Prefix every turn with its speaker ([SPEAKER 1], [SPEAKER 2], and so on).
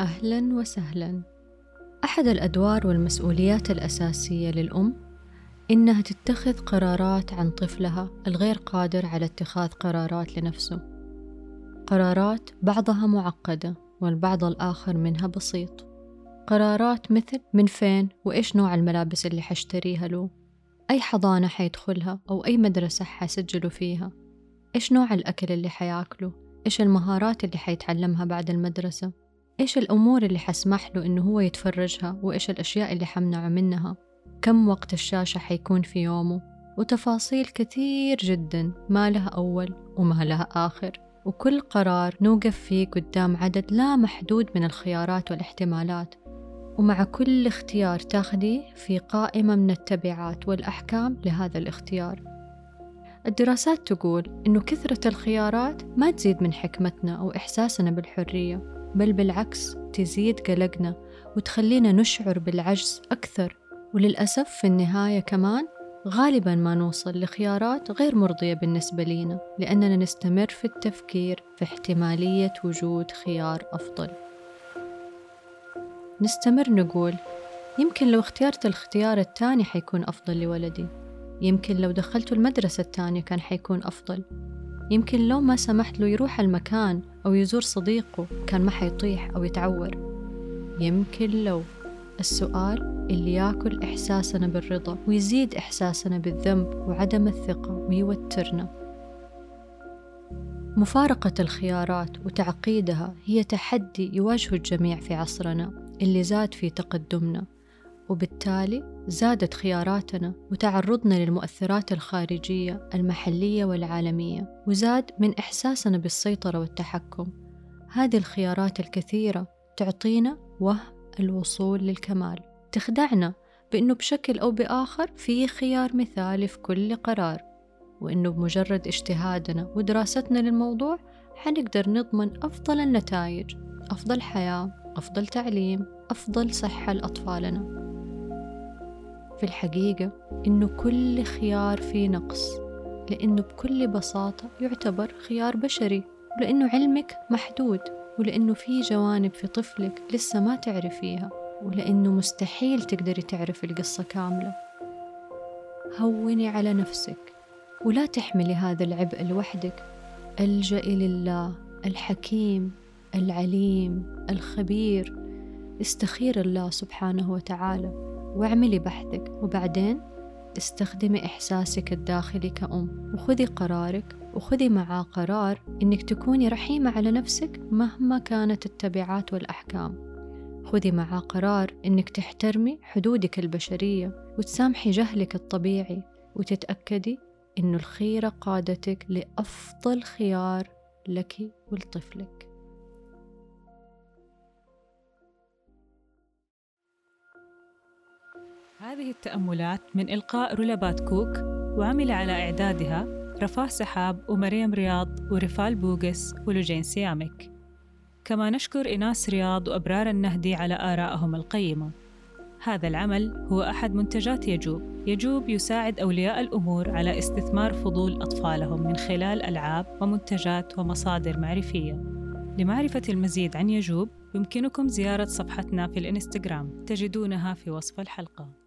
[SPEAKER 1] أهلاً وسهلاً. أحد الأدوار والمسؤوليات الأساسية للأم إنها تتخذ قرارات عن طفلها الغير قادر على اتخاذ قرارات لنفسه، قرارات بعضها معقدة والبعض الآخر منها بسيط. قرارات مثل من فين وإيش نوع الملابس اللي حشتريها له، أي حضانة حيدخلها أو أي مدرسة حيسجله فيها، إيش نوع الأكل اللي حياكله، إيش المهارات اللي حيتعلمها بعد المدرسة، إيش الأمور اللي حسمح له إنه هو يتفرجها وإيش الأشياء اللي حمنعه منها، كم وقت الشاشة حيكون في يومه، وتفاصيل كثير جدا ما لها أول وما لها آخر. وكل قرار نوقف فيه قدام عدد لا محدود من الخيارات والاحتمالات، ومع كل اختيار تاخديه في قائمة من التبعات والأحكام لهذا الاختيار. الدراسات تقول إنه كثرة الخيارات ما تزيد من حكمتنا أو إحساسنا بالحرية، بل بالعكس تزيد قلقنا وتخلينا نشعر بالعجز أكثر، وللأسف في النهاية كمان غالباً ما نوصل لخيارات غير مرضية بالنسبة لنا، لأننا نستمر في التفكير في احتمالية وجود خيار أفضل. نستمر نقول يمكن لو اختيارت الاختيار الثاني حيكون أفضل لولدي، يمكن لو دخلته المدرسة الثانية كان حيكون أفضل، يمكن لو ما سمحت له يروح المكان أو يزور صديقه كان ما حيطيح أو يتعور، يمكن لو. السؤال اللي ياكل إحساسنا بالرضا ويزيد إحساسنا بالذنب وعدم الثقة ويوترنا. مفارقة الخيارات وتعقيدها هي تحدي يواجه الجميع في عصرنا اللي زاد في تقدمنا، وبالتالي زادت خياراتنا وتعرضنا للمؤثرات الخارجية المحلية والعالمية، وزاد من إحساسنا بالسيطرة والتحكم. هذه الخيارات الكثيرة تعطينا وهم الوصول للكمال، تخدعنا بأنه بشكل أو بآخر في خيار مثالي في كل قرار، وأنه بمجرد اجتهادنا ودراستنا للموضوع حنقدر نضمن أفضل النتائج، أفضل حياة، أفضل تعليم، أفضل صحة لأطفالنا. في الحقيقة إنه كل خيار فيه نقص، لأنه بكل بساطة يعتبر خيار بشري، ولأنه علمك محدود، ولأنه في جوانب في طفلك لسه ما تعرفيها، ولأنه مستحيل تقدري تعرفي القصة كاملة. هوني على نفسك ولا تحملي هذا العبء لوحدك، الجئي لله الحكيم العليم الخبير، استخير الله سبحانه وتعالى واعملي بحثك، وبعدين استخدمي إحساسك الداخلي كأم، وخذي قرارك، وخذي معاه قرار إنك تكوني رحيمة على نفسك مهما كانت التبعات والأحكام. خذي معاه قرار إنك تحترمي حدودك البشرية وتسامحي جهلك الطبيعي، وتتأكدي إنه الخيرة قادتك لأفضل خيار لك ولطفلك.
[SPEAKER 2] هذه التأملات من إلقاء رولبات كوك، وعمل على إعدادها رفاه سحاب ومريم رياض ورفال بوغس ولجين سيامك. كما نشكر إناس رياض وأبرار النهدي على آرائهم القيمة. هذا العمل هو أحد منتجات يجوب. يجوب يساعد أولياء الأمور على استثمار فضول أطفالهم من خلال ألعاب ومنتجات ومصادر معرفية. لمعرفة المزيد عن يجوب يمكنكم زيارة صفحتنا في الإنستغرام، تجدونها في وصف الحلقة.